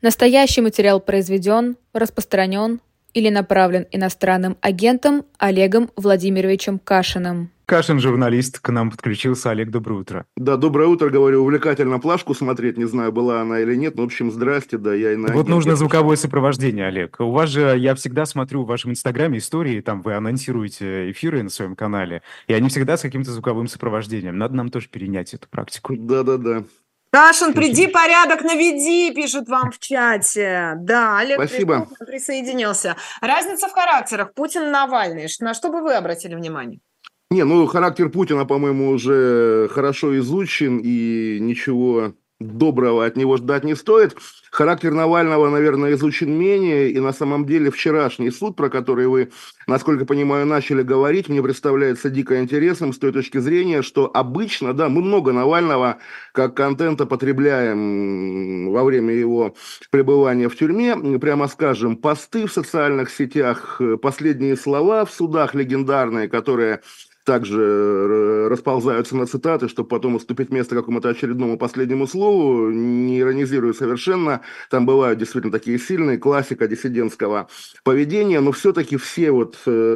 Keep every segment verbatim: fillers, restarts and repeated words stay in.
Настоящий материал произведен, распространен или направлен иностранным агентом Олегом Владимировичем Кашиным. Кашин, журналист, к нам подключился. Олег, доброе утро. Да, доброе утро, говорю, увлекательно плашку смотреть, не знаю, была она или нет, но, в общем, здрасте, да, я и на Вот нужно звуковое сопровождение, Олег. У вас же, я всегда смотрю в вашем инстаграме истории, там вы анонсируете эфиры на своем канале, и они всегда с каким-то звуковым сопровождением. Надо нам тоже перенять эту практику. Да-да-да. Кашин, приди, порядок наведи, пишут вам в чате. Да, Олег Спасибо. Присоединился. Разница в характерах Путин и Навальный. На что бы вы обратили внимание? Не, ну, характер Путина, по-моему, уже хорошо изучен, и ничего доброго от него ждать не стоит. Характер Навального, наверное, изучен менее, и на самом деле вчерашний суд, про который вы, насколько понимаю, начали говорить, мне представляется дико интересным с той точки зрения, что обычно, да, мы много Навального как контента потребляем во время его пребывания в тюрьме, прямо скажем, посты в социальных сетях, последние слова в судах легендарные, которые также расползаются на цитаты, чтобы потом уступить место какому-то очередному последнему слову, не иронизирую совершенно, там бывают действительно такие сильные, классика диссидентского поведения, но все-таки все вот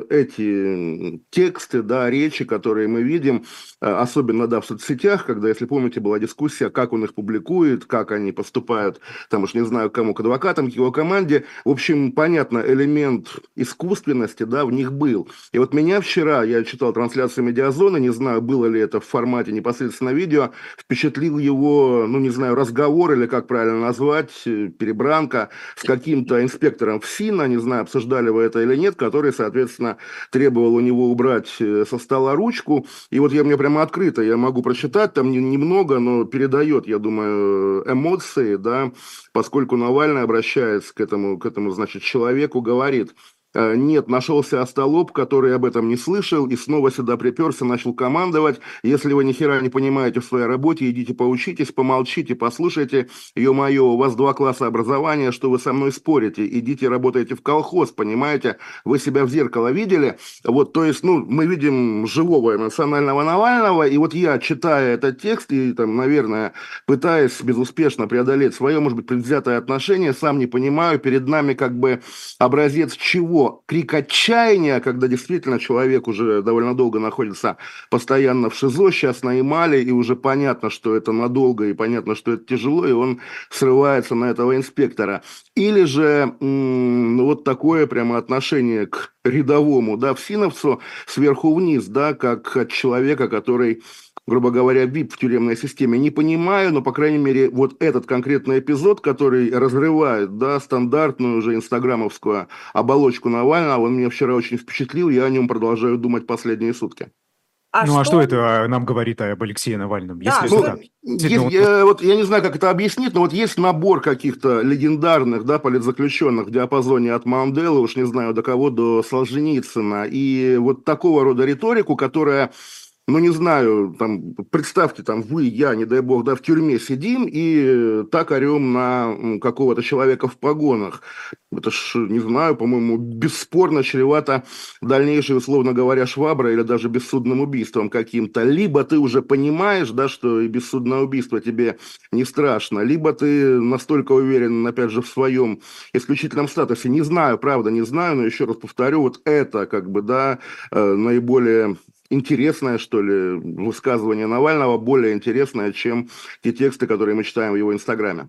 эти тексты, да, речи, которые мы видим, особенно, да, в соцсетях, когда, если помните, была дискуссия, как он их публикует, как они поступают, там уж не знаю, кому, к адвокатам, к его команде, в общем, понятно, элемент искусственности, да, в них был. И вот меня вчера, я читал трансляцию «Медиазоны», не знаю, было ли это в формате непосредственно видео, впечатлил его, ну, не знаю, разговор или как правильно назвать, перебранка с каким-то инспектором ФСИНа, не знаю, обсуждали вы это или нет, который, соответственно, требовал у него убрать со стола ручку. И вот я мне прямо открыто, я могу прочитать, там немного, но передает, я думаю, эмоции, да, поскольку Навальный обращается к этому, к этому, значит, человеку, говорит: нет, нашелся остолоп, который об этом не слышал, и снова сюда приперся, начал командовать. Если вы ни хера не понимаете в своей работе, идите поучитесь, помолчите, послушайте. Ё-моё, у вас два класса образования, что вы со мной спорите? Идите работайте в колхоз, понимаете? Вы себя в зеркало видели? Вот, то есть, ну, мы видим живого эмоционального Навального, и вот я, читая этот текст, и там, наверное, пытаясь безуспешно преодолеть свое, может быть, предвзятое отношение, сам не понимаю, перед нами как бы образец чего? Крик отчаяния, когда действительно человек уже довольно долго находится постоянно в ШИЗО, сейчас на Ямале, и уже понятно, что это надолго, и понятно, что это тяжело, и он срывается на этого инспектора. Или же м- вот такое прямо отношение к рядовому, да, ФСИНовцу сверху вниз, да, как от человека, который, грубо говоря, ви ай пи в тюремной системе. Не понимаю, но, по крайней мере, вот этот конкретный эпизод, который разрывает, да, стандартную уже инстаграмовскую оболочку Навального, он меня вчера очень впечатлил, я о нем продолжаю думать последние сутки. А ну что... а что это нам говорит об Алексее Навальном? Да, если ну, это так? Есть, вот... я, вот, я не знаю, как это объяснить, но вот есть набор каких-то легендарных, да, политзаключенных в диапазоне от Манделы, уж не знаю до кого, до Солженицына, и вот такого рода риторику, которая... Ну, не знаю, там, представьте, там, вы, я, не дай бог, да, в тюрьме сидим и так орем на какого-то человека в погонах. Это ж, не знаю, по-моему, бесспорно чревато дальнейшей, условно говоря, шваброй или даже бессудным убийством каким-то. Либо ты уже понимаешь, да, что и бессудное убийство тебе не страшно, либо ты настолько уверен, опять же, в своем исключительном статусе. Не знаю, правда, не знаю, но еще раз повторю, вот это, как бы, да, наиболее... интересное, что ли, высказывание Навального, более интересное, чем те тексты, которые мы читаем в его инстаграме.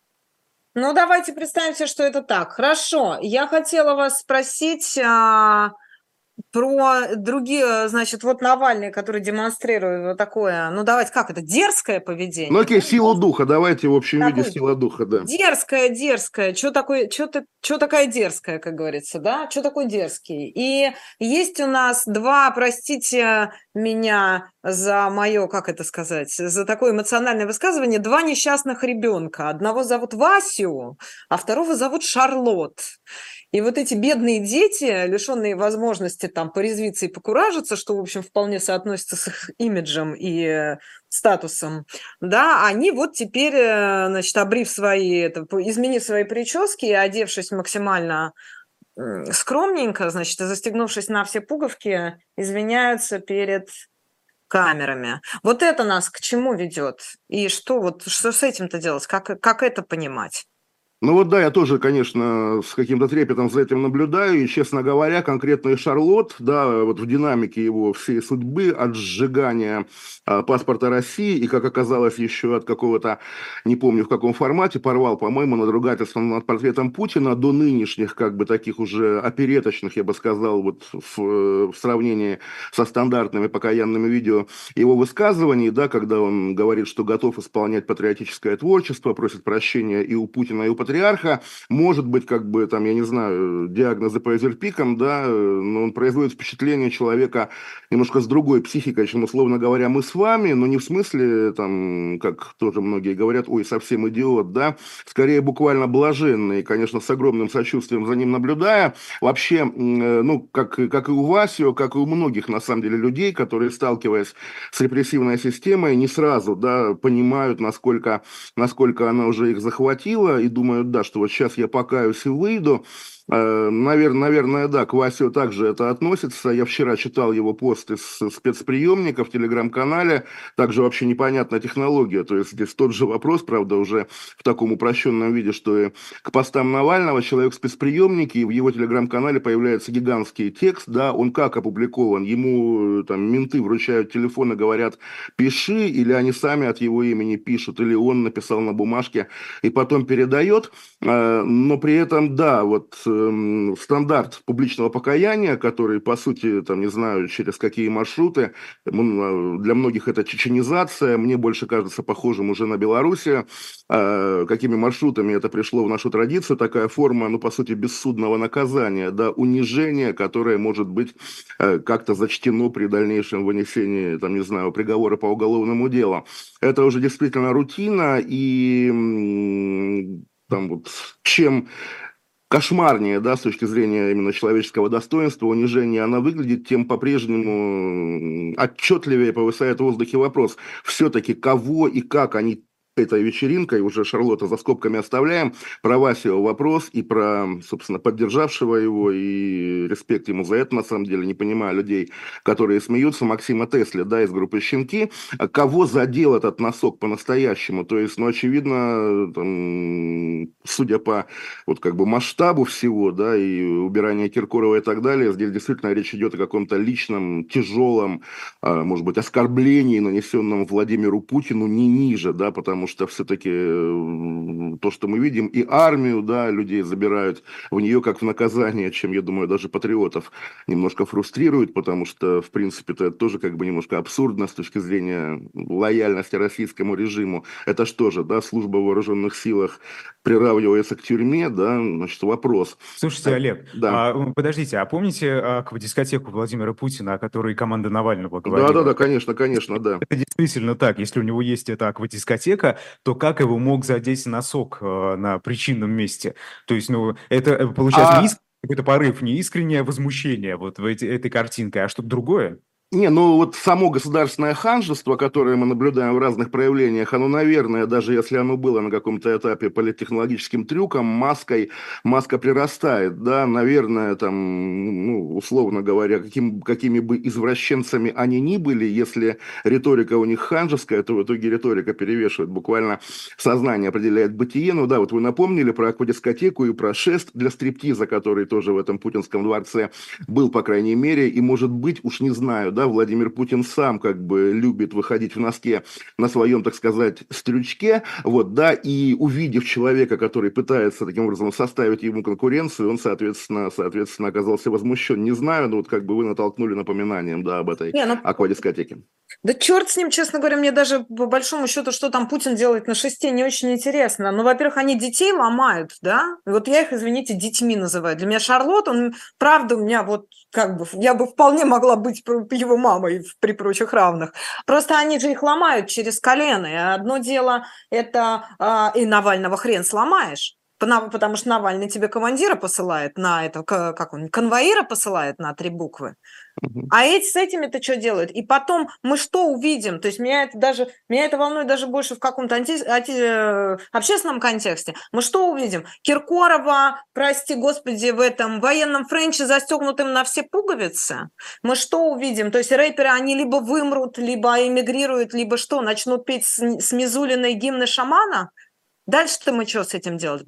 Ну, давайте представим себе, что это так. Хорошо, я хотела вас спросить а, про другие, значит, вот Навальный, который демонстрирует вот такое, ну, давайте, как это, дерзкое поведение? Ну, окей, силу духа, давайте в общем виде сила духа, да. Дерзкая, дерзкая, что такое, что ты, что такая дерзкая, как говорится, да? Что такое дерзкий? И есть у нас два, простите меня за мое, как это сказать, за такое эмоциональное высказывание, два несчастных ребенка. Одного зовут Васю, а второго зовут Шарлотт. И вот эти бедные дети, лишенные возможности там порезвиться и покуражиться, что, в общем, вполне соотносится с их имиджем и статусом, да, они вот теперь, значит, обрив свои, это, изменив свои прически и одевшись максимально скромненько, значит, застегнувшись на все пуговки, извиняются перед камерами. Вот это нас к чему ведет? И что вот что с этим-то делать? Как, как это понимать? Ну вот да, я тоже, конечно, с каким-то трепетом за этим наблюдаю, и, честно говоря, конкретно и Шарлотт, да, вот в динамике его всей судьбы, от сжигания а, паспорта России, и, как оказалось, еще от какого-то, не помню в каком формате, порвал, по-моему, надругательство над портретом Путина, до нынешних, как бы, таких уже опереточных, я бы сказал, вот в, в сравнении со стандартными покаянными видео его высказываний, да, когда он говорит, что готов исполнять патриотическое творчество, просит прощения и у Путина, и у патриарха, может быть, как бы, там, я не знаю, диагнозы по эзерпикам, да, но он производит впечатление человека немножко с другой психикой, чем, условно говоря, мы с вами, но не в смысле, там, как тоже многие говорят, ой, совсем идиот, да, скорее буквально блаженный, конечно, с огромным сочувствием за ним наблюдая, вообще, ну, как, как и у Васио, как и у многих, на самом деле, людей, которые, сталкиваясь с репрессивной системой, не сразу, да, понимают, насколько, насколько она уже их захватила, и думают, да, что вот сейчас я покаюсь и выйду. Наверное, наверное, да, к Васио также это относится. Я вчера читал его пост из спецприемника в Телеграм-канале. Также вообще непонятная технология. То есть здесь тот же вопрос, правда, уже в таком упрощенном виде, что и к постам Навального человек в спецприемнике, и в его Телеграм-канале появляется гигантский текст, да, он как опубликован? Ему там менты вручают телефон и говорят, пиши, или они сами от его имени пишут, или он написал на бумажке и потом передает. Но при этом, да, вот стандарт публичного покаяния, который, по сути, там, не знаю, через какие маршруты, для многих это чеченизация, мне больше кажется похожим уже на Белоруссию, какими маршрутами это пришло в нашу традицию, такая форма, ну, по сути, бессудного наказания, да, унижения, которое может быть как-то зачтено при дальнейшем вынесении, там, не знаю, приговора по уголовному делу. Это уже действительно рутина, и там вот чем кошмарнее, да, с точки зрения именно человеческого достоинства, унижения она выглядит, тем по-прежнему отчетливее повисает в воздухе вопрос, все-таки кого и как они этой вечеринкой, уже Шарлотта за скобками оставляем, про Васио вопрос и про, собственно, поддержавшего его, и респект ему за это, на самом деле, не понимаю людей, которые смеются, Максима Тесли, да, из группы «Щенки», кого задел этот носок по-настоящему, то есть, ну, очевидно, там, судя по, вот, как бы, масштабу всего, да, и убирания Киркорова и так далее, здесь действительно речь идет о каком-то личном, тяжелом, может быть, оскорблении, нанесенном Владимиру Путину, не ниже, да, потому что все-таки то, что мы видим, и армию, да, людей забирают в нее как в наказание, чем, я думаю, даже патриотов немножко фрустрирует, потому что, в принципе, это тоже как бы немножко абсурдно с точки зрения лояльности российскому режиму. Это что же, да, служба в вооруженных силах приравнивается к тюрьме, да, значит, вопрос. Слушайте, Олег, да. а, подождите, а помните аквадискотеку Владимира Путина, о которой команда Навального говорила? Да-да-да, конечно, конечно, да. Это действительно так, если у него есть эта аквадискотека, то как его мог задеть носок э, на причинном месте? То есть, ну, это получается а... не искренний какой-то порыв, не искреннее возмущение вот в эти, этой картинкой, а что-то другое? Не, ну вот само государственное ханжество, которое мы наблюдаем в разных проявлениях, оно, наверное, даже если оно было на каком-то этапе политтехнологическим трюком, маской, маска прирастает, да, наверное, там, ну, условно говоря, каким, какими бы извращенцами они ни были, если риторика у них ханжеская, то в итоге риторика перевешивает буквально сознание, определяет бытие. Ну да, вот вы напомнили про аквадискотеку и про шест для стриптиза, который тоже в этом путинском дворце был, по крайней мере, и, может быть, уж не знаю, да, Владимир Путин сам как бы любит выходить в носке на своем, так сказать, стрючке, вот, да, и увидев человека, который пытается таким образом составить ему конкуренцию, он, соответственно, соответственно, оказался возмущен. Не знаю, но вот как бы вы натолкнули напоминанием, да, об этой не, ну... аквадискотеке. Да черт с ним, честно говоря, мне даже по большому счету, что там Путин делает на шесте, не очень интересно. Ну, во-первых, они детей ломают, да, и вот я их, извините, детьми называю. Для меня Шарлотт, он, правда, у меня вот как бы, я бы вполне могла быть его мамой при прочих равных. Просто они же их ломают через колено. И одно дело, это э, и Навального хрен сломаешь. Потому что Навальный тебе командира посылает на это, как он, конвоира посылает на три буквы. А эти с этими-то что делают? И потом мы что увидим? То есть меня это даже, меня это волнует даже больше в каком-то анти, анти, общественном контексте. Мы что увидим? Киркорова, прости господи, в этом военном френче, застегнутым на все пуговицы? Мы что увидим? То есть рэперы, они либо вымрут, либо эмигрируют, либо что, начнут петь с, с Мизулиной гимны шамана? Дальше-то мы что с этим делать будем?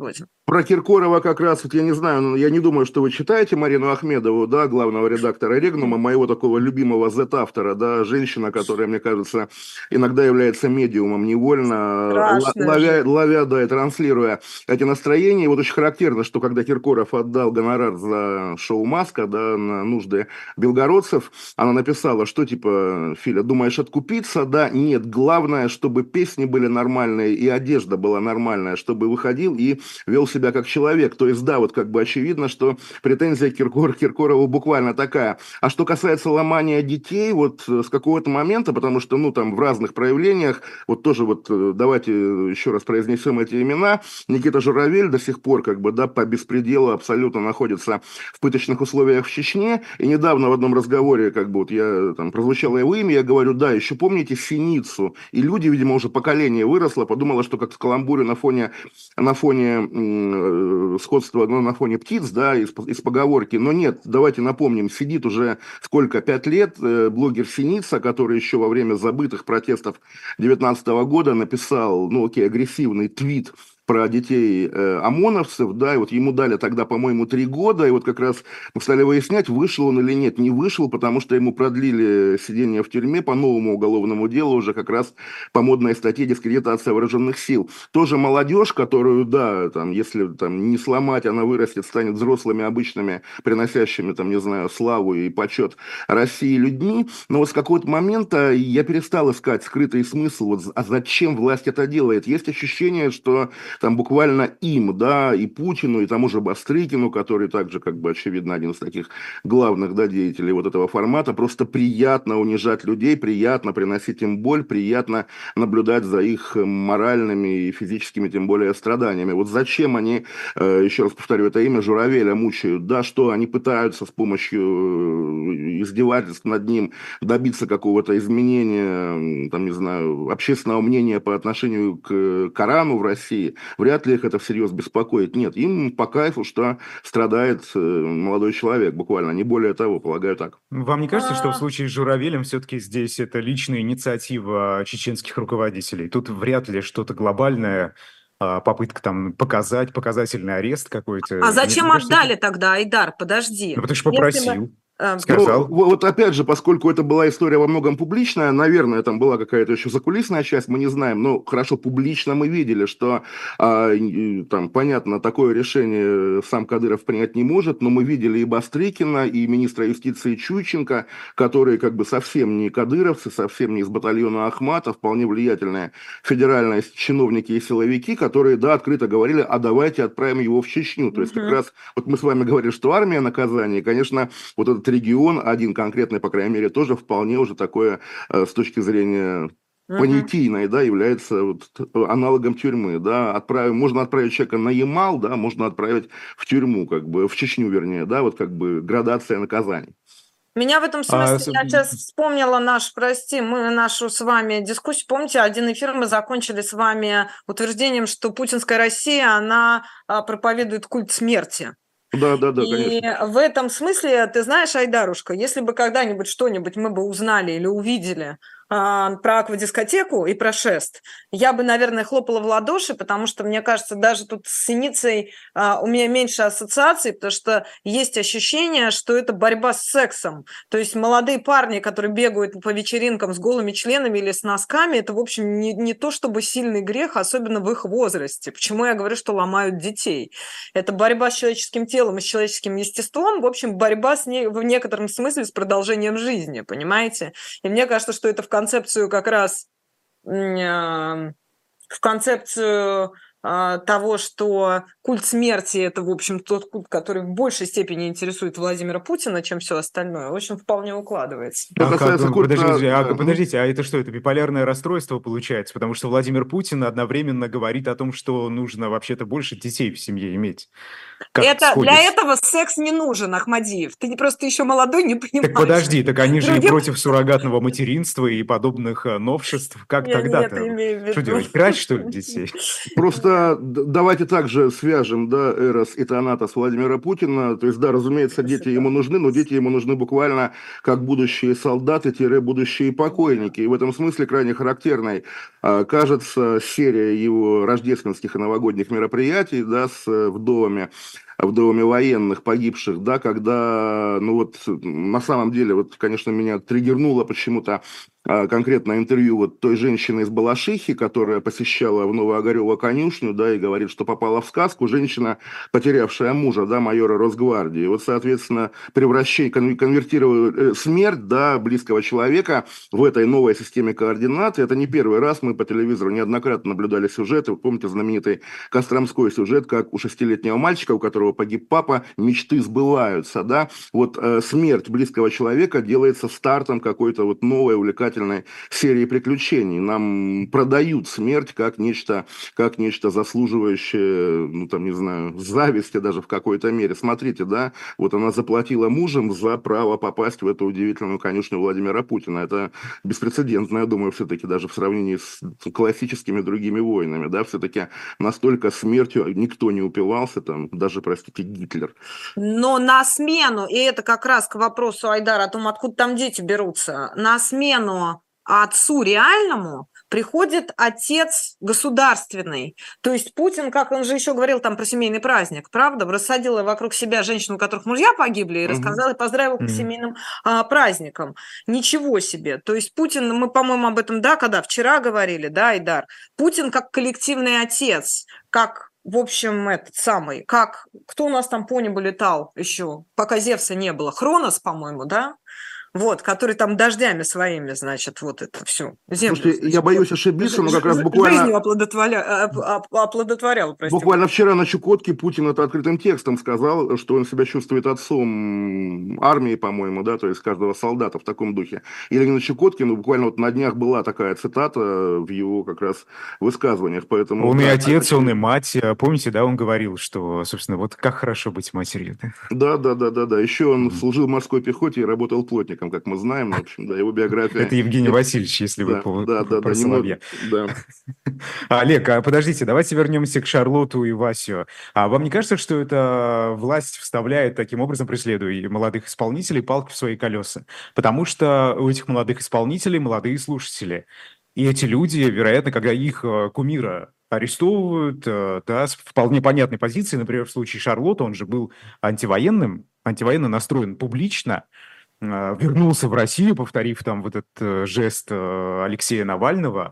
Про Киркорова как раз, вот я не знаю, ну, я не думаю, что вы читаете Марину Ахмедову, да, главного редактора Регнума, моего такого любимого зет-автора, да, женщина, которая, мне кажется, иногда является медиумом невольно, л- Страшная ловя, же. ловя, да, и транслируя эти настроения. И вот очень характерно, что когда Киркоров отдал гонорар за шоу «Маска», да, на нужды белгородцев, она написала, что типа, Филя, думаешь откупиться? Да, нет, главное, чтобы песни были нормальные и одежда была нормальная, чтобы выходил и вел себя как человек. То есть, да, вот как бы очевидно, что претензия Киркор, Киркорову буквально такая. А что касается ломания детей, вот э, с какого-то момента, потому что, ну, там в разных проявлениях, вот тоже вот э, давайте еще раз произнесем эти имена, Никита Журавель до сих пор как бы, да, по беспределу абсолютно находится в пыточных условиях в Чечне, и недавно в одном разговоре, как бы вот я, там, прозвучало его имя, я говорю, да, еще помните Синицу, и люди, видимо, уже поколение выросло, подумало, что как в каламбуре на фоне, на фоне сходство, ну, на фоне птиц, да, из, из поговорки, но нет, давайте напомним, сидит уже сколько, пять лет, э, блогер Синица, который еще во время забытых протестов две тысячи девятнадцатого года написал, ну, окей, агрессивный твит про детей э, ОМОНовцев, да, и вот ему дали тогда, по-моему, три года, и вот как раз мы стали выяснять, вышел он или нет. Не вышел, потому что ему продлили сидение в тюрьме по новому уголовному делу, уже как раз по модной статье дискредитация вооруженных сил. Тоже молодежь, которую, да, там, если там не сломать, она вырастет, станет взрослыми, обычными, приносящими, там, не знаю, славу и почет России людьми, но вот с какого-то момента я перестал искать скрытый смысл, вот, а зачем власть это делает. Есть ощущение, что там буквально им, да, и Путину, и тому же Бастрыкину, который также, как бы, очевидно, один из таких главных, да, деятелей вот этого формата, просто приятно унижать людей, приятно приносить им боль, приятно наблюдать за их моральными и физическими, тем более, страданиями. Вот зачем они, еще раз повторю, это имя Журавеля мучают, да, что они пытаются с помощью издевательств над ним добиться какого-то изменения, там, не знаю, общественного мнения по отношению к Корану в России. Вряд ли их это всерьез беспокоит. Нет, им по кайфу, что страдает молодой человек, буквально, не более того, полагаю так. Вам не кажется, что в случае с Журавелем все-таки здесь это личная инициатива чеченских руководителей? Тут вряд ли что-то глобальное, попытка там показать, показательный арест какой-то. А зачем Мне кажется, отдали это... тогда, Айдар? Подожди. Ну, потому что попросил. Бы... Сказал. Ну, вот опять же, поскольку это была история во многом публичная, наверное, там была какая-то еще закулисная часть, мы не знаем, но хорошо, публично мы видели, что а, там, понятно, такое решение сам Кадыров принять не может, но мы видели и Бастрыкина, и министра юстиции Чуйченко, которые как бы совсем не кадыровцы, совсем не из батальона Ахмата, вполне влиятельные федеральные чиновники и силовики, которые, да, открыто говорили, а давайте отправим его в Чечню. То есть как раз, вот мы с вами говорили, что армия наказание, конечно, вот этот регион, один конкретный, по крайней мере, тоже вполне уже такое, э, с точки зрения понятийной, да, является вот аналогом тюрьмы, да, отправим, можно отправить человека на Ямал, да, можно отправить в тюрьму, как бы, в Чечню, вернее, да, вот как бы градация наказаний. Меня в этом смысле, а, я сейчас вспомнила наш, прости, мы нашу с вами дискуссию, помните, один эфир мы закончили с вами утверждением, что путинская Россия, она проповедует культ смерти. Да, да, да, и конечно. В этом смысле, ты знаешь, Айдарушка, если бы когда-нибудь что-нибудь мы бы узнали или увидели а, про аквадискотеку и про шест, я бы, наверное, хлопала в ладоши, потому что, мне кажется, даже тут с Синицей а, у меня меньше ассоциаций, потому что есть ощущение, что это борьба с сексом. То есть молодые парни, которые бегают по вечеринкам с голыми членами или с носками, это, в общем, не, не то чтобы сильный грех, особенно в их возрасте. Почему я говорю, что ломают детей? Это борьба с человеческим телом и с человеческим естеством, в общем, борьба с ней в некотором смысле с продолжением жизни, понимаете? И мне кажется, что это в концепцию как раз, в концепцию того, что культ смерти – это, в общем, тот культ, который в большей степени интересует Владимира Путина, чем все остальное, в общем, вполне укладывается. А как, подождите, подождите, а, подождите, а это что, это биполярное расстройство получается? Потому что Владимир Путин одновременно говорит о том, что нужно вообще-то больше детей в семье иметь. Это, для этого секс не нужен, Ахмадиев. Ты просто еще молодой, не понимаешь. Так подожди, так они же Другим... и против суррогатного материнства и подобных новшеств. Как Я тогда-то? Не это имею в виду. Что делать, красть, что ли, детей? Просто это д- давайте также свяжем, да, Эрос и Танатос Владимира Путина. То есть, да, разумеется, дети ему нужны, но дети ему нужны буквально как будущие солдаты-будущие покойники. И в этом смысле крайне характерной а, кажется серия его рождественских и новогодних мероприятий, да, с э, вдовами вдовами военных погибших, да, когда, ну вот, на самом деле, вот, конечно, меня триггернуло почему-то а, конкретно интервью вот той женщины из Балашихи, которая посещала в Новоогарево конюшню, да, и говорит, что попала в сказку, женщина, потерявшая мужа, да, майора Росгвардии. Вот, соответственно, превращение, кон- конвертируя э, смерть, да, близкого человека в этой новой системе координат, это не первый раз, мы по телевизору неоднократно наблюдали сюжеты, вы помните знаменитый Костромской сюжет, как у шестилетнего мальчика, у которого погиб папа, мечты сбываются, да, вот э, смерть близкого человека делается стартом какой-то вот новой увлекательной серии приключений. Нам продают смерть как нечто, как нечто заслуживающее, ну там, не знаю, зависти даже в какой-то мере. Смотрите, да, вот она заплатила мужем за право попасть в эту удивительную конюшню Владимира Путина. Это беспрецедентно, я думаю, все-таки даже в сравнении с классическими другими войнами, да, все-таки настолько смертью никто не упивался, там, даже, простите, Гитлер. Но на смену, и это как раз к вопросу Айдара о том, откуда там дети берутся, на смену отцу реальному приходит отец государственный. То есть Путин, как он же еще говорил там про семейный праздник, правда, рассадил вокруг себя женщин, у которых мужья погибли, и Мгм. рассказал, и поздравил к Мгм. семейным а, праздникам. Ничего себе. То есть Путин, мы, по-моему, об этом, да, когда вчера говорили, да, Айдар, Путин как коллективный отец, как, в общем, этот самый, как, кто у нас там по небу летал еще, пока Зевса не было, Хронос, по-моему, да? Вот, который там дождями своими, значит, вот это все, землю, Слушайте, я значит, боюсь вот, ошибиться, но жи- как раз жи- буквально... жизнью оплодотворя- оп- оп- оплодотворял, прости. Буквально вчера на Чукотке Путин это открытым текстом сказал, что он себя чувствует отцом армии, по-моему, да, то есть каждого солдата в таком духе. Или не на Чукотке, но буквально вот на днях была такая цитата в его как раз высказываниях, поэтому... Он и да, отец, он и очевидно. мать. А Помните, да, он говорил, что, собственно, вот как хорошо быть матерью. да? Да, да, да, да, да. Еще он Мгм. служил в морской пехоте и работал плотником, как мы знаем. Ну, в общем, да, его биография... Это Евгений э, Васильевич, если вы Да, по- да, да, про да, немного, Соловья. да. А, Олег, а подождите, давайте вернемся к Шарлотту и Васю. А вам не кажется, что эта власть вставляет таким образом, преследуя и молодых исполнителей, палки в свои колеса? Потому что у этих молодых исполнителей молодые слушатели. И эти люди, вероятно, когда их э, кумира арестовывают, э, да, с вполне понятной позиции, например, в случае Шарлотта, он же был антивоенным, антивоенно настроен публично, э, вернулся в Россию, повторив там вот этот э, жест э, Алексея Навального,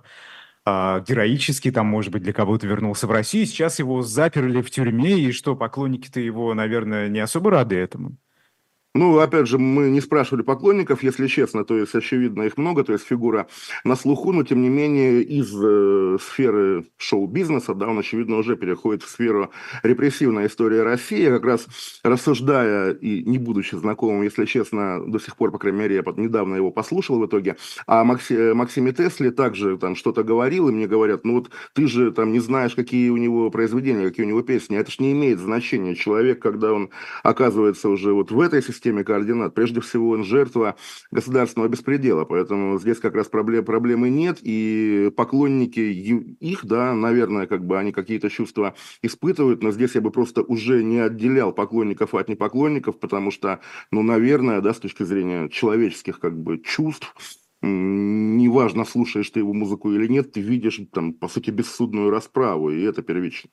а, героически там, может быть, для кого-то вернулся в Россию. Сейчас его заперли в тюрьме, и что, поклонники-то его, наверное, не особо рады этому. Ну, опять же, мы не спрашивали поклонников, если честно, то есть, очевидно, их много, то есть фигура на слуху, но, тем не менее, из э, сферы шоу-бизнеса, да, он, очевидно, уже переходит в сферу репрессивной истории России. Я как раз рассуждая и не будучи знакомым, если честно, до сих пор, по крайней мере, я под- недавно его послушал в итоге, а Макси- Максиме Тесле также там что-то говорил, и мне говорят, ну вот ты же там не знаешь, какие у него произведения, какие у него песни, это ж не имеет значения. Человек, когда он оказывается уже вот в этой системе координат, прежде всего он жертва государственного беспредела, поэтому здесь как раз проблем, проблемы нет, и поклонники ю- их, да, наверное, как бы они какие-то чувства испытывают, но здесь я бы просто уже не отделял поклонников от непоклонников, потому что, ну, наверное, да, с точки зрения человеческих как бы чувств, м, неважно, слушаешь ты его музыку или нет, ты видишь там, по сути, бессудную расправу, и это первично.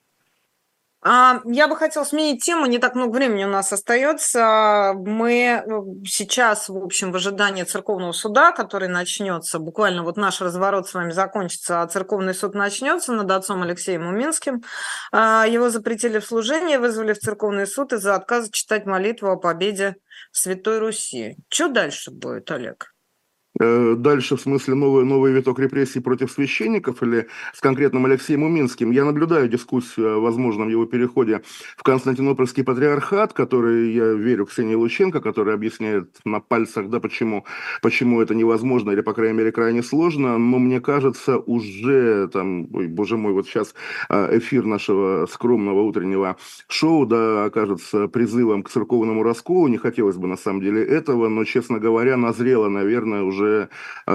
А, Я бы хотела сменить тему, не так много времени у нас остается. Мы э, сейчас, в общем, в ожидании церковного суда, который начнется, буквально вот наш разворот с вами закончится, а церковный суд начнется над отцом Алексеем Уминским. А, Его запретили в служении, вызвали в церковный суд из-за отказа читать молитву о победе Святой Руси. Что дальше будет, Олег? Э, Дальше, в смысле, новый, новый виток репрессий против священников или с конкретным Алексеем Уминским. Я наблюдаю дискуссию о возможном его переходе в Константинопольский патриархат, который, я верю, Ксении Лученко, который объясняет на пальцах, да, почему, почему это невозможно или, по крайней мере, крайне сложно. Но мне кажется, уже там, ой, боже мой, вот сейчас э, эфир нашего скромного утреннего шоу, да, окажется призывом к церковному расколу. Не хотелось бы, на самом деле, этого, но, честно говоря, назрело, наверное, уже уже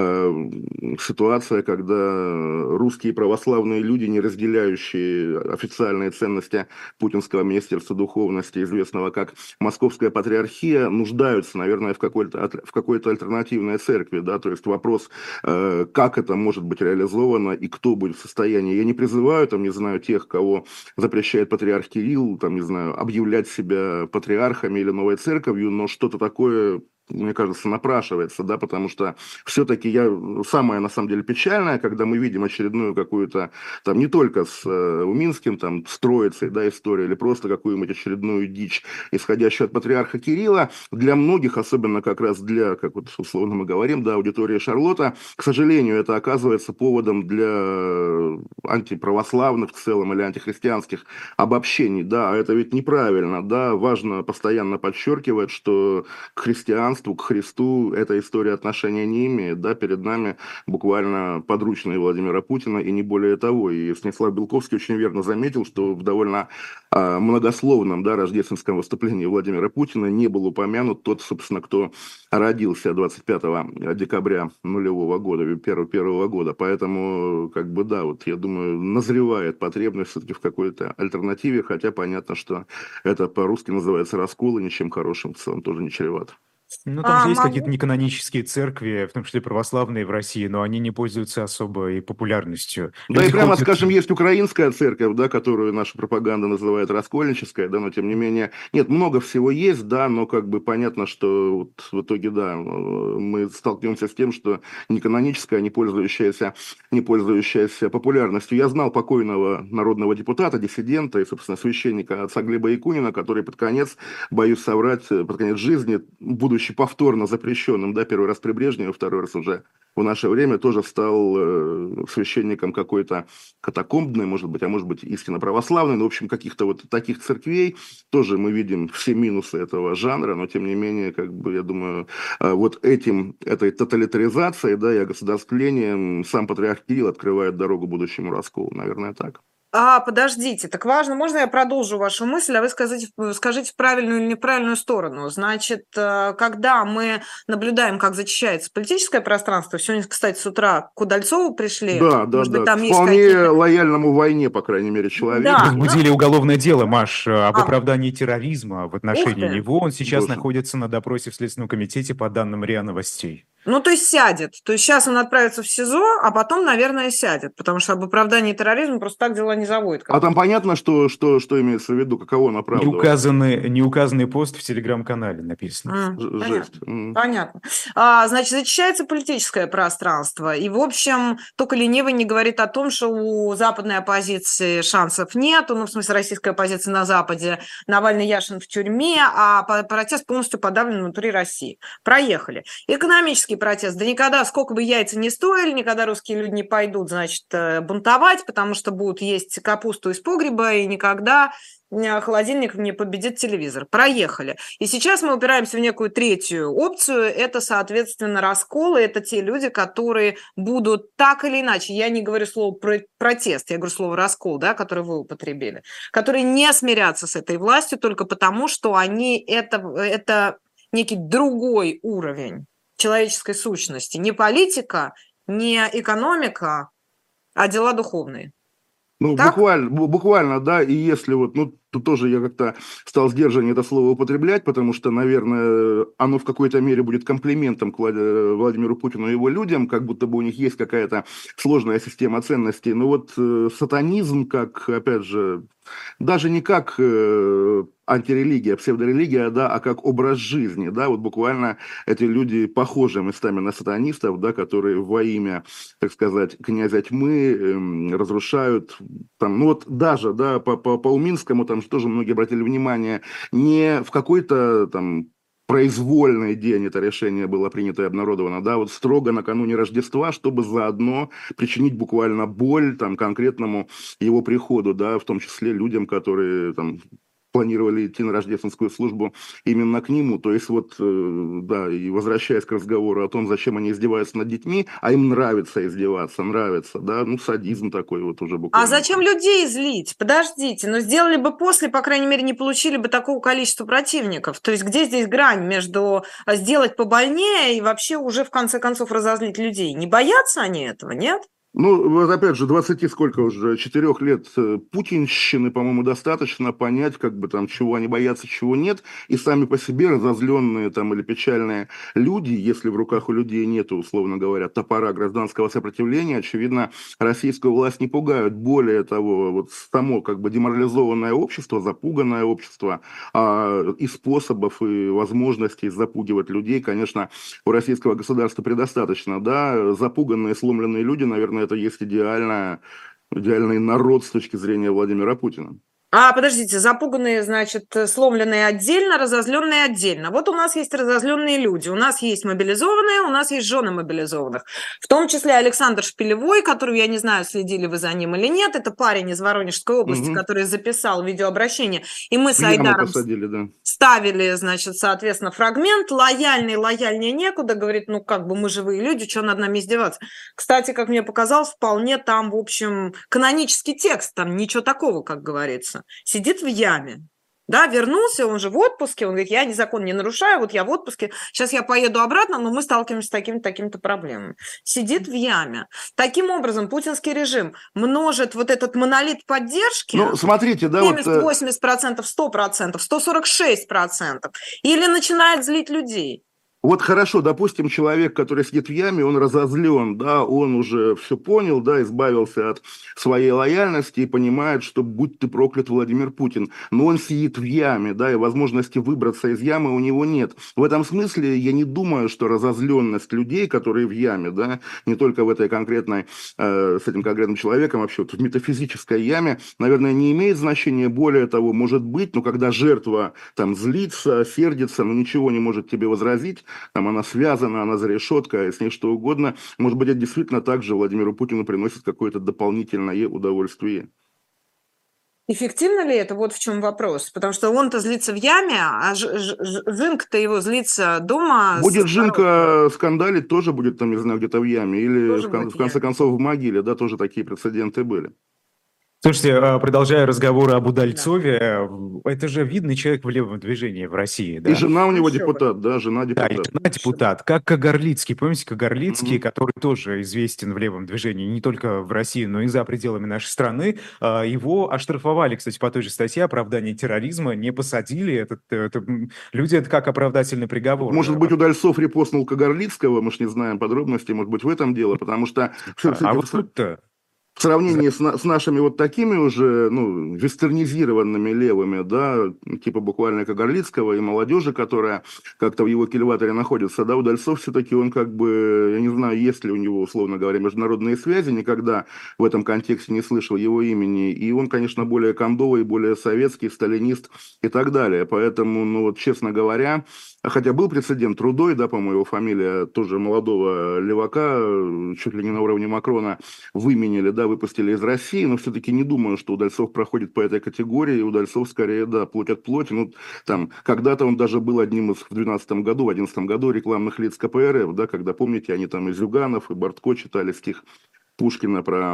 э, ситуация, когда русские православные люди, не разделяющие официальные ценности Путинского Министерства духовности, известного как Московская Патриархия, нуждаются, наверное, в какой-то, в какой-то альтернативной церкви, да, то есть вопрос, э, как это может быть реализовано и кто будет в состоянии. Я не призываю, там, не знаю, тех, кого запрещает патриарх Кирилл, там, не знаю, объявлять себя патриархами или новой церковью, но что-то такое, мне кажется, напрашивается, да, потому что все-таки я, самое, на самом деле, печальное, когда мы видим очередную какую-то, там, не только с э, Уминским, там, с Троицей, да, историю, или просто какую-нибудь очередную дичь, исходящую от патриарха Кирилла, для многих, особенно как раз для, как вот условно мы говорим, да, аудитории Шарлотта, к сожалению, это оказывается поводом для антиправославных в целом или антихристианских обобщений, да, а это ведь неправильно, да, важно постоянно подчеркивать, что к христианству, к Христу эта история отношения не имеет, да, перед нами буквально подручные Владимира Путина и не более того, и Станислав Белковский очень верно заметил, что в довольно а, многословном, да, рождественском выступлении Владимира Путина не был упомянут тот, собственно, кто родился двадцать пятого декабря нулевого года, первого, первого года, поэтому, как бы, да, вот я думаю, назревает потребность все-таки в какой-то альтернативе, хотя понятно, что это по-русски называется раскол, и ничем хорошим в целом тоже не чревато. Ну, там А, же есть могу. какие-то неканонические церкви, в том числе православные в России, но они не пользуются особой популярностью. Да, и Люди прямо ходят... скажем, есть украинская церковь, да, которую наша пропаганда называет раскольнической, да, но тем не менее, нет, много всего есть, да, но как бы понятно, что вот в итоге, да, мы столкнемся с тем, что не каноническая, не пользующаяся, не пользующаяся популярностью. Я знал покойного народного депутата, диссидента и, собственно, священника отца Глеба Якунина, который под конец, боюсь соврать, под конец жизни, будучи повторно запрещенным, да, первый раз при Брежневе, второй раз уже в наше время, тоже стал э, священником какой-то катакомбной, может быть, а может быть, истинно православной, но, в общем, каких-то вот таких церквей тоже мы видим все минусы этого жанра, но, тем не менее, как бы, я думаю, э, вот этим, этой тоталитаризацией, да, и огосударствлением сам патриарх Кирилл открывает дорогу будущему расколу, наверное, так. А, подождите, так важно, можно я продолжу вашу мысль, а вы скажите, скажите в правильную или неправильную сторону? Значит, когда мы наблюдаем, как зачищается политическое пространство, сегодня, кстати, с утра к Удальцову пришли, Да, да, может да, быть, там к есть вполне какие-то... лояльному войне, по крайней мере, человеку. Да, Возбудили уголовное дело, Маш, об А. оправдании терроризма в Ух отношении ты. него. Он сейчас Боже. находится на допросе в Следственном комитете по данным РИА Новостей. Ну, то есть сядет. То есть сейчас он отправится в СИЗО, а потом, наверное, сядет, потому что об оправдании терроризма просто так дела не заводят. А там понятно, что, что, что имеется в виду, каково он Не оправдывал? указанный, не указанный пост в телеграм-канале написано. М, Ж- понятно. Жесть. М. Понятно. А, значит, зачищается политическое пространство. И, в общем, только ленивый не говорит о том, что у западной оппозиции шансов нет. Ну, в смысле, российской оппозиции на Западе. Навальный, Яшин в тюрьме, а по- протест полностью подавлен внутри России. Проехали. Экономический протест. Да никогда, сколько бы яйца не стоили, никогда русские люди не пойдут, значит, э, бунтовать, потому что будут есть капусту из погреба, и никогда э, холодильник не победит телевизор. Проехали. И сейчас мы упираемся в некую третью опцию. Это, соответственно, расколы. Это те люди, которые будут так или иначе, я не говорю слово про- протест, я говорю слово раскол, да, которое вы употребили, которые не смирятся с этой властью только потому, что они это, это некий другой уровень человеческой сущности. Не политика, не экономика, а дела духовные. Ну, Так? буквально, бу- буквально, да, и если вот, ну, тут тоже я как-то стал сдержаннее это слово употреблять, потому что, наверное, оно в какой-то мере будет комплиментом к Влад- Владимиру Путину и его людям, как будто бы у них есть какая-то сложная система ценностей. Но вот э, сатанизм, как, опять же, даже не как э, антирелигия, псевдорелигия, да, а как образ жизни, да, вот буквально эти люди похожи местами на сатанистов, да, которые во имя, так сказать, князя тьмы эм, разрушают, там, ну вот даже, да, по, по, по Уминскому там же тоже многие обратили внимание, не в какой-то там произвольный день это решение было принято и обнародовано, да, вот строго накануне Рождества, чтобы заодно причинить буквально боль там конкретному его приходу, да, в том числе людям, которые там планировали идти на рождественскую службу именно к нему. То есть вот, э, да, и возвращаясь к разговору о том, зачем они издеваются над детьми, а им нравится издеваться, нравится, да, ну садизм такой вот уже буквально. А зачем людей злить? Подождите, но сделали бы после, по крайней мере, не получили бы такого количества противников. То есть где здесь грань между сделать побольнее и вообще уже в конце концов разозлить людей? Не боятся они этого, нет? Ну, вот опять же, двадцати сколько уже, четырех лет путинщины, по-моему, достаточно понять, как бы там, чего они боятся, чего нет, и сами по себе разозленные там или печальные люди, если в руках у людей нету, условно говоря, топора гражданского сопротивления, очевидно, российскую власть не пугают. Более того, вот само как бы деморализованное общество, запуганное общество, а, и способов, и возможностей запугивать людей, конечно, у российского государства предостаточно, да, запуганные, сломленные люди, наверное, это есть идеальная, идеальный народ с точки зрения Владимира Путина. А, подождите, запуганные, значит, сломленные отдельно, разозленные отдельно. Вот у нас есть разозленные люди, у нас есть мобилизованные, у нас есть жены мобилизованных. В том числе Александр Шпилевой, который, я не знаю, следили вы за ним или нет, это парень из Воронежской области, угу. который записал видеообращение. И мы с Айдаром посадили, да. ставили, значит, соответственно, фрагмент. Лояльный, лояльнее некуда. Говорит, ну, как бы мы живые люди, что над нами издеваться? Кстати, как мне показалось, вполне там, в общем, канонический текст, там ничего такого, как говорится. Сидит в яме. Да, вернулся, он же в отпуске, он говорит, я ни закон не нарушаю, вот я в отпуске, сейчас я поеду обратно, но мы сталкиваемся с такими-то такими-то проблемами. Сидит в яме. Таким образом, путинский режим множит вот этот монолит поддержки. Ну, смотрите, да, семьдесят-восемьдесят процентов, сто процентов, сто сорок шесть процентов. Или начинает злить людей. Вот хорошо, допустим, человек, который сидит в яме, он разозлен, да, он уже все понял, да, избавился от своей лояльности и понимает, что будь ты проклят, Владимир Путин. Но он сидит в яме, да, и возможности выбраться из ямы у него нет. В этом смысле я не думаю, что разозленность людей, которые в яме, да, не только в этой конкретной, э, с этим конкретным человеком, вообще вот в метафизической яме, наверное, не имеет значения. Более того, может быть, но когда жертва там злится, сердится, но ничего не может тебе возразить, там она связана, она за решеткой, с ней что угодно. Может быть, это действительно также Владимиру Путину приносит какое-то дополнительное удовольствие. Эффективно ли это? Вот в чем вопрос. Потому что он-то злится в яме, а Жинка-то его злится дома. Будет Жинка скандалить, тоже будет там, не знаю, где-то в яме. Или в, кон- в конце концов в могиле, да, тоже такие прецеденты были. Слушайте, продолжая разговоры об Удальцове, да. Это же видный человек в левом движении в России, да? И жена у него Еще депутат, бы. да, жена депутат. Да, и жена депутат. Как Кагарлицкий, помните Кагарлицкий, mm-hmm. который тоже известен в левом движении не только в России, но и за пределами нашей страны. Его оштрафовали, кстати, по той же статье оправдания терроризма, не посадили. Это, это, люди, это как оправдательный приговор. Может быть, Удальцов репостнул Кагарлицкого, мы ж не знаем подробностей, может быть, в этом дело, потому что... А, а вот тут-то... В сравнении с, с нашими вот такими уже, ну, вестернизированными левыми, да, типа буквально Кагарлицкого и молодежи, которая как-то в его кильваторе находится, да, Удальцов все-таки он как бы, я не знаю, есть ли у него, условно говоря, международные связи, никогда в этом контексте не слышал его имени, и он, конечно, более кондовый, более советский, сталинист и так далее, поэтому, ну, вот, честно говоря, хотя был прецедент Трудой, да, по-моему, его фамилия тоже молодого левака, чуть ли не на уровне Макрона, выменили, да, выпустили из России, но все-таки не думаю, что Удальцов проходит по этой категории, и Удальцов скорее, да, плоть от плоти. Ну, там, когда-то он даже был одним из, в двенадцатом году, в одиннадцатом году рекламных лиц ка пэ эр эф, да, когда, помните, они там и Зюганов, и Бортко читали стих Пушкина про...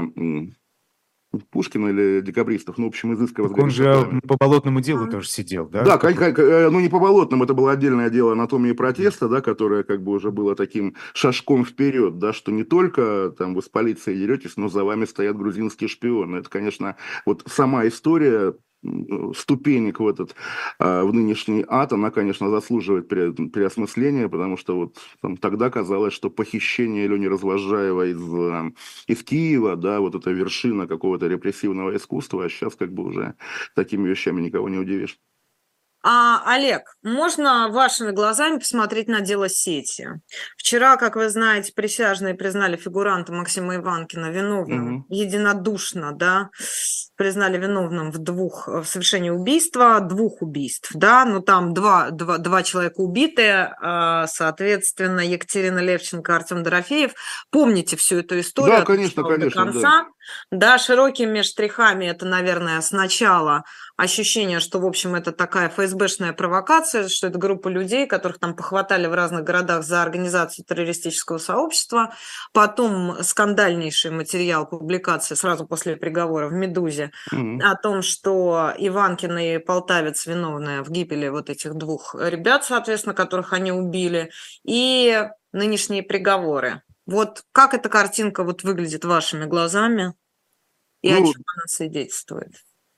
Пушкина или декабристов, ну, в общем, изысков. Он же по болотному делу тоже сидел, да? Да, как, как, ну не по болотному, это было отдельное дело анатомии протеста, да, которое как бы уже было таким шажком вперед, да, что не только там вы с полицией деретесь, но за вами стоят грузинские шпионы. Это, конечно, вот сама история ступенек в этот, в нынешний ад, она, конечно, заслуживает переосмысления, потому что вот там, тогда казалось, что похищение Лени Развозжаева из, из Киева, да, вот эта вершина какого-то репрессивного искусства, а сейчас как бы уже такими вещами никого не удивишь. А, Олег, можно вашими глазами посмотреть на дело сети? Вчера, как вы знаете, присяжные признали фигуранта Максима Иванкина виновным, угу. единодушно, да, признали виновным в двух, в совершении убийства, двух убийств, да, ну там два, два, два человека убиты, соответственно, Екатерина Левченко, Артем Дорофеев. Помните всю эту историю? Да, конечно, конечно, до конца. Да. Да, широкими штрихами это, наверное, сначала ощущение, что, в общем, это такая эф эс бэшная провокация, что это группа людей, которых там похватали в разных городах за организацию террористического сообщества. Потом скандальнейший материал публикации сразу после приговора в «Медузе» Мгм. о том, что Иванкин и Полтавец виновны в гибели вот этих двух ребят, соответственно, которых они убили, и нынешние приговоры. Вот как эта картинка вот выглядит вашими глазами и о Ну, чем она свидетельствует?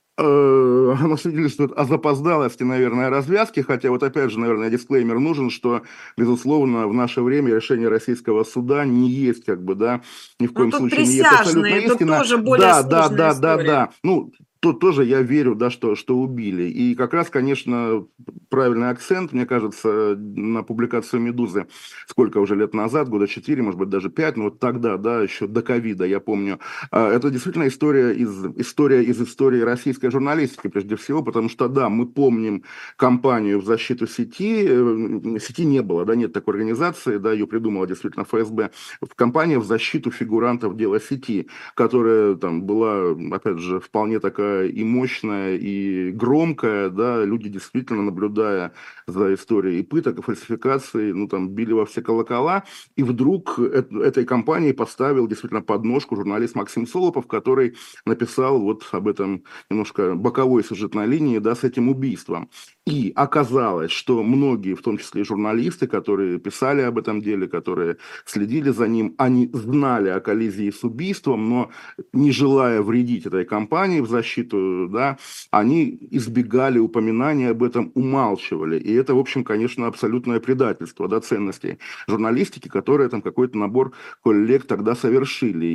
Э, Оно свидетельствует о запоздалости, наверное, развязки, хотя вот опять же, наверное, дисклеймер нужен, что, безусловно, в наше время решение российского суда не есть, как бы, да, ни в Ну, коем тут случае не есть абсолютная присяжные, тут истина. тоже более Да, да, сложная да, да, история. да. Ну, тут тоже я верю, да, что, что убили. И как раз, конечно, правильный акцент, мне кажется, на публикацию «Медузы», сколько уже лет назад, года четыре, может быть, даже пять, ну вот тогда, да, еще до ковида, я помню. А, Это действительно история из, история из истории российской журналистики, прежде всего, потому что, да, мы помним кампанию в защиту сети, э, сети не было, да, нет такой организации, да, ее придумала действительно эф эс бэ, кампания в защиту фигурантов дела сети, которая там была, опять же, вполне такая и мощная, и громкая, да, люди действительно, наблюдая за историей и пыток, и фальсификаций, ну, там, били во все колокола, и вдруг эт- этой кампании поставил действительно подножку журналист Максим Солопов, который написал вот об этом немножко боковой сюжетной линии, да, с этим убийством. И оказалось, что многие, в том числе и журналисты, которые писали об этом деле, которые следили за ним, они знали о коллизии с убийством, но не желая вредить этой кампании в защиту, да, они избегали упоминания об этом, умалчивали. И это, в общем, конечно, абсолютное предательство, да, ценностей журналистики, которые там какой-то набор коллег тогда совершили.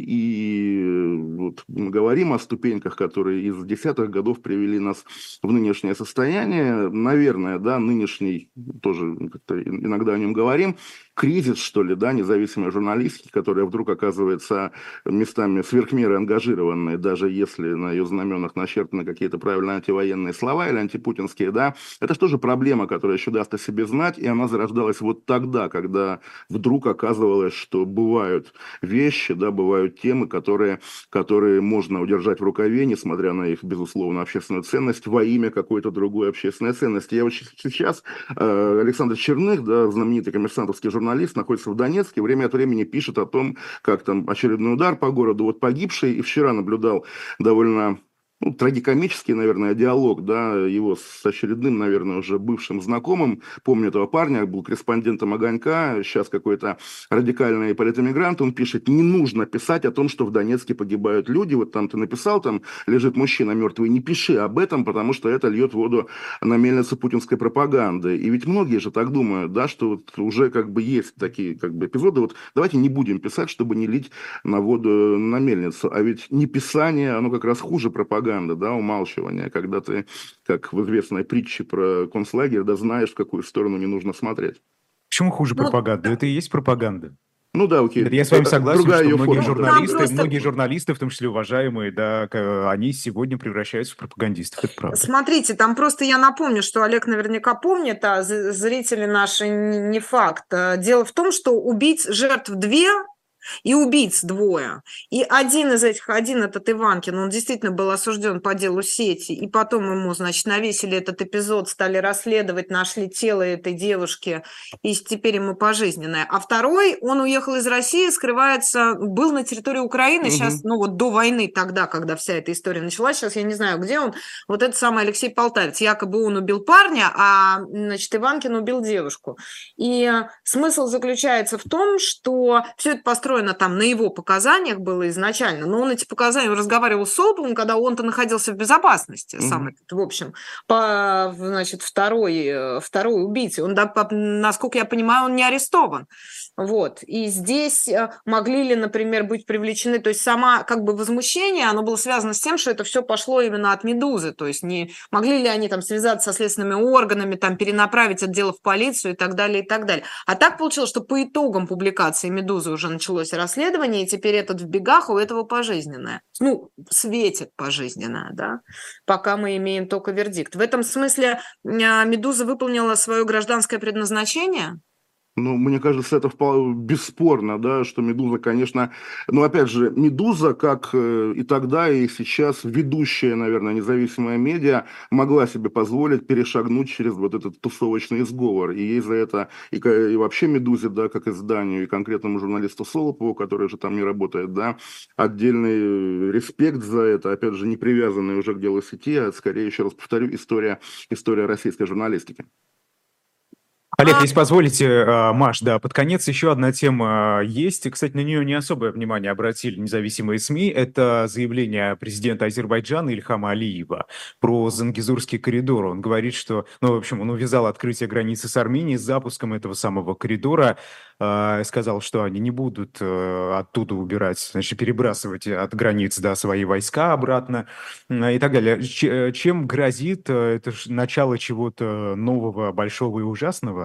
И вот мы говорим о ступеньках, которые из десятых годов привели нас в нынешнее состояние. Наверное, да, нынешний, тоже как-то иногда о нем говорим, кризис, что ли, да, независимой журналистики, которая вдруг оказывается местами сверхмеры ангажированной, даже если на ее знаменах начертаны какие-то правильно антивоенные слова или антипутинские, да, это же тоже проблема, которая еще даст о себе знать, и она зарождалась вот тогда, когда вдруг оказывалось, что бывают вещи, да, бывают темы, которые, которые можно удержать в рукаве, несмотря на их, безусловно, общественную ценность, во имя какой-то другой общественной ценности. Я вот сейчас, э, Александр Черных, да, знаменитый коммерсантовский журналист, находится в Донецке, время от времени пишет о том, как там очередной удар по городу, вот погибший, и вчера наблюдал довольно, ну, трагикомический, наверное, диалог, да, его с очередным, наверное, уже бывшим знакомым. Помню этого парня, был корреспондентом «Огонька», сейчас какой-то радикальный политэмигрант, он пишет: не нужно писать о том, что в Донецке погибают люди, вот там ты написал, там лежит мужчина мертвый, не пиши об этом, потому что это льет воду на мельницу путинской пропаганды. И ведь многие же так думают, да, что вот уже как бы есть такие как бы эпизоды, вот давайте не будем писать, чтобы не лить на воду на мельницу, а ведь неписание, оно как раз хуже пропаганды, да, умалчивание, когда ты, как в известной притче про концлагерь, да, знаешь, в какую сторону не нужно смотреть. Почему хуже Ну, пропаганда? Это и есть пропаганда. Ну да, окей. Нет, я с вами согласен, Другая что ее многие форма. ну, там журналисты, просто многие журналисты, в том числе уважаемые, да, к- они сегодня превращаются в пропагандистов, это правда. Смотрите, там просто я напомню, что Олег наверняка помнит, а з- зрители наши н- не факт. Э, Дело в том, что убийц жертв две, и убийц двое. И один из этих, один этот Иванкин, он действительно был осужден по делу сети, и потом ему, значит, навесили этот эпизод, стали расследовать, нашли тело этой девушки, и теперь ему пожизненное. А второй, он уехал из России, скрывается, был на территории Украины, сейчас, Мгм. ну вот до войны тогда, когда вся эта история началась, сейчас я не знаю, где он, вот этот самый Алексей Полтавец, якобы он убил парня, а, значит, Иванкин убил девушку. И смысл заключается в том, что все это построено там на его показаниях было изначально, но он эти показания он разговаривал с Солоповым, когда он-то находился в безопасности, Мгм. сам этот, в общем, по, значит, второй, э, второй убийце. Он, да, по- насколько я понимаю, он не арестован. Вот. И здесь э, могли ли, например, быть привлечены, то есть сама как бы возмущение, оно было связано с тем, что это все пошло именно от «Медузы», то есть не могли ли они там связаться со следственными органами, там перенаправить это дело в полицию и так далее, и так далее. А так получилось, что по итогам публикации «Медузы» уже началось расследование, и теперь этот в бегах, у этого пожизненное. Ну, светит пожизненное, да, пока мы имеем только вердикт. В этом смысле а, «Медуза» выполнила свое гражданское предназначение? Ну, мне кажется, это вполне бесспорно, да, что «Медуза», конечно... Ну, опять же, «Медуза», как э, и тогда, и сейчас, ведущая, наверное, независимая медиа, могла себе позволить перешагнуть через вот этот тусовочный сговор. И ей за это, и, ка- и вообще «Медузе», да, как изданию, и конкретному журналисту Солопову, который же там не работает, да, отдельный э, респект за это, опять же, не привязанный уже к делу сети, а скорее, еще раз повторю, история, история российской журналистики. Олег, если позволите, э, Маш, да, под конец еще одна тема есть. И, кстати, на нее не особое внимание обратили независимые СМИ. Это заявление президента Азербайджана Ильхама Алиева про Зангезурский коридор. Он говорит, что, ну, в общем, он увязал открытие границы с Арменией с запуском этого самого коридора. э, Сказал, что они не будут э, оттуда убирать, значит, перебрасывать от границ, да, свои войска обратно э, и так далее. Ч- Чем грозит э, это ж начало чего-то нового, большого и ужасного,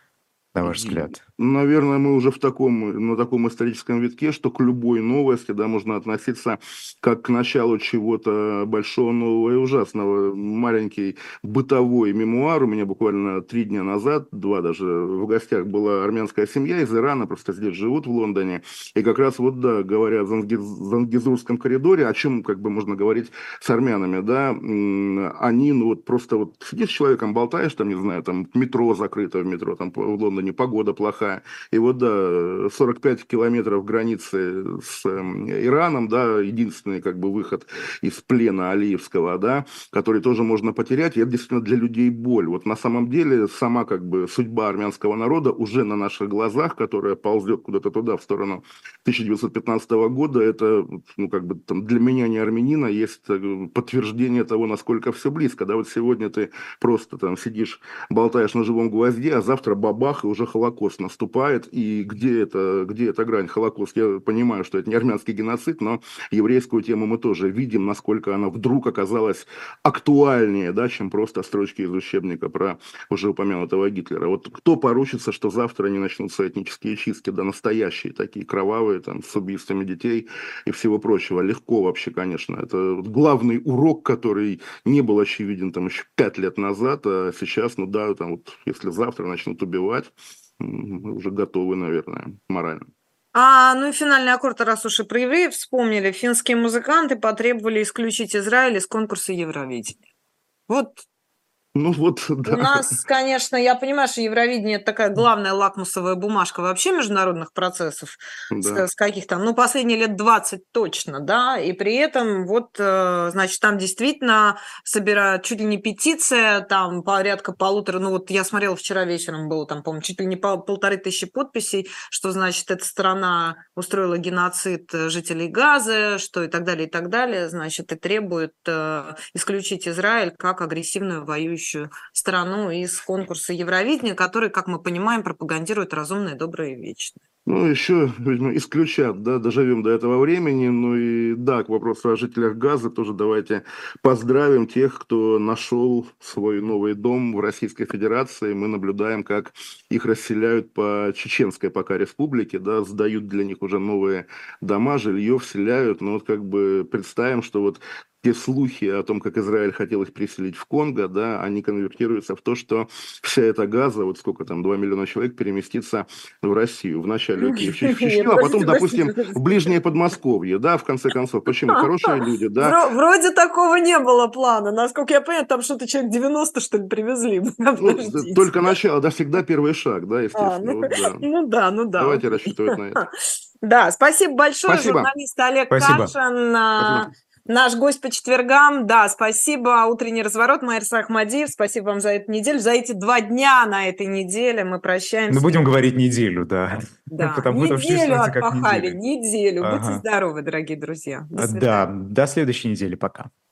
на ваш взгляд? Наверное, мы уже в таком, на таком историческом витке, что к любой новости, да, можно относиться как к началу чего-то большого, нового и ужасного. Маленький бытовой мемуар. У меня буквально три дня назад, два даже, в гостях была армянская семья из Ирана, просто здесь живут, в Лондоне. И как раз вот, да, говоря о Зангез- Зангезурском коридоре, о чем как бы можно говорить с армянами, да, м, они, ну вот просто вот сидишь с человеком, болтаешь, там, не знаю, там метро закрыто в метро, там в Лондоне погода плохая. И вот, да, сорок пять километров границы с э, Ираном, да, единственный как бы выход из плена Алиевского, да, который тоже можно потерять, и это действительно для людей боль. Вот на самом деле сама как бы судьба армянского народа уже на наших глазах, которая ползет куда-то туда, в сторону тысяча девятьсот пятнадцатого года, это, ну, как бы там для меня, не армянина, есть э, подтверждение того, насколько все близко, да, вот сегодня ты просто там сидишь, болтаешь на живом гвозде, а завтра бабах, и уже Холокост наступает. И где это, где эта грань? Холокост, я понимаю, что это не армянский геноцид, но еврейскую тему мы тоже видим, насколько она вдруг оказалась актуальнее, да, чем просто строчки из учебника про уже упомянутого Гитлера. Вот кто поручится, что завтра не начнутся этнические чистки, да, настоящие, такие кровавые, там, с убийствами детей и всего прочего. Легко вообще, конечно. Это вот главный урок, который не был очевиден там еще пять лет назад, а сейчас, ну да, там вот, если завтра начнут убивать, мы уже готовы, наверное, морально. А, ну и финальный аккорд, раз уж и про евреев вспомнили, финские музыканты потребовали исключить Израиль из конкурса Евровидения. Вот Ну вот, у да. нас, конечно, я понимаю, что Евровидение – это такая главная лакмусовая бумажка вообще международных процессов, с, Да. с каких там, ну, последние лет двадцать точно, да, и при этом вот, э, значит, там действительно собирают чуть ли не петиция, там порядка полутора, ну, вот я смотрела вчера вечером, было там, по-моему, чуть ли не пол- полторы тысячи подписей, что, значит, эта страна устроила геноцид э, жителей Газы, что и так далее, и так далее, значит, и требует э, исключить Израиль как агрессивную воюющую страну из конкурса Евровидения, который, как мы понимаем, пропагандирует разумное, доброе и вечное. Ну, еще, видимо, исключат, да, доживем до этого времени. Ну и да, к вопросу о жителях Газы тоже давайте поздравим тех, кто нашел свой новый дом в Российской Федерации. Мы наблюдаем, как их расселяют по чеченской пока республике, да, сдают для них уже новые дома, жилье вселяют. Но вот как бы представим, что вот те слухи о том, как Израиль хотел их переселить в Конго, да, они конвертируются в то, что вся эта Газа, вот сколько там, два миллиона человек, переместится в Россию. Вначале, окей, в Чечню, а потом, допустим, в ближнее Подмосковье, да, в конце концов. Почему? Хорошие люди, да. Вроде такого не было плана. Насколько я понимаю, там что-то человек девяносто, что ли, привезли. Ну, только начало, да, всегда первый шаг, да, естественно. А, ну, Вот, да. ну да, ну да. Давайте окей. рассчитывать на это. Да, спасибо большое, Спасибо. журналист Олег Спасибо. Кашин, а, Спасибо. наш гость по четвергам. Да, спасибо. Утренний разворот. Майрса Ахмадиев. Спасибо вам за эту неделю, за эти два дня на этой неделе. Мы прощаемся. Ну, будем говорить неделю, да. Да, Потому что неделю чувствуется как отпахали, неделя. неделю. Будьте Ага. здоровы, дорогие друзья. До А, свидания. Да, до следующей недели. Пока.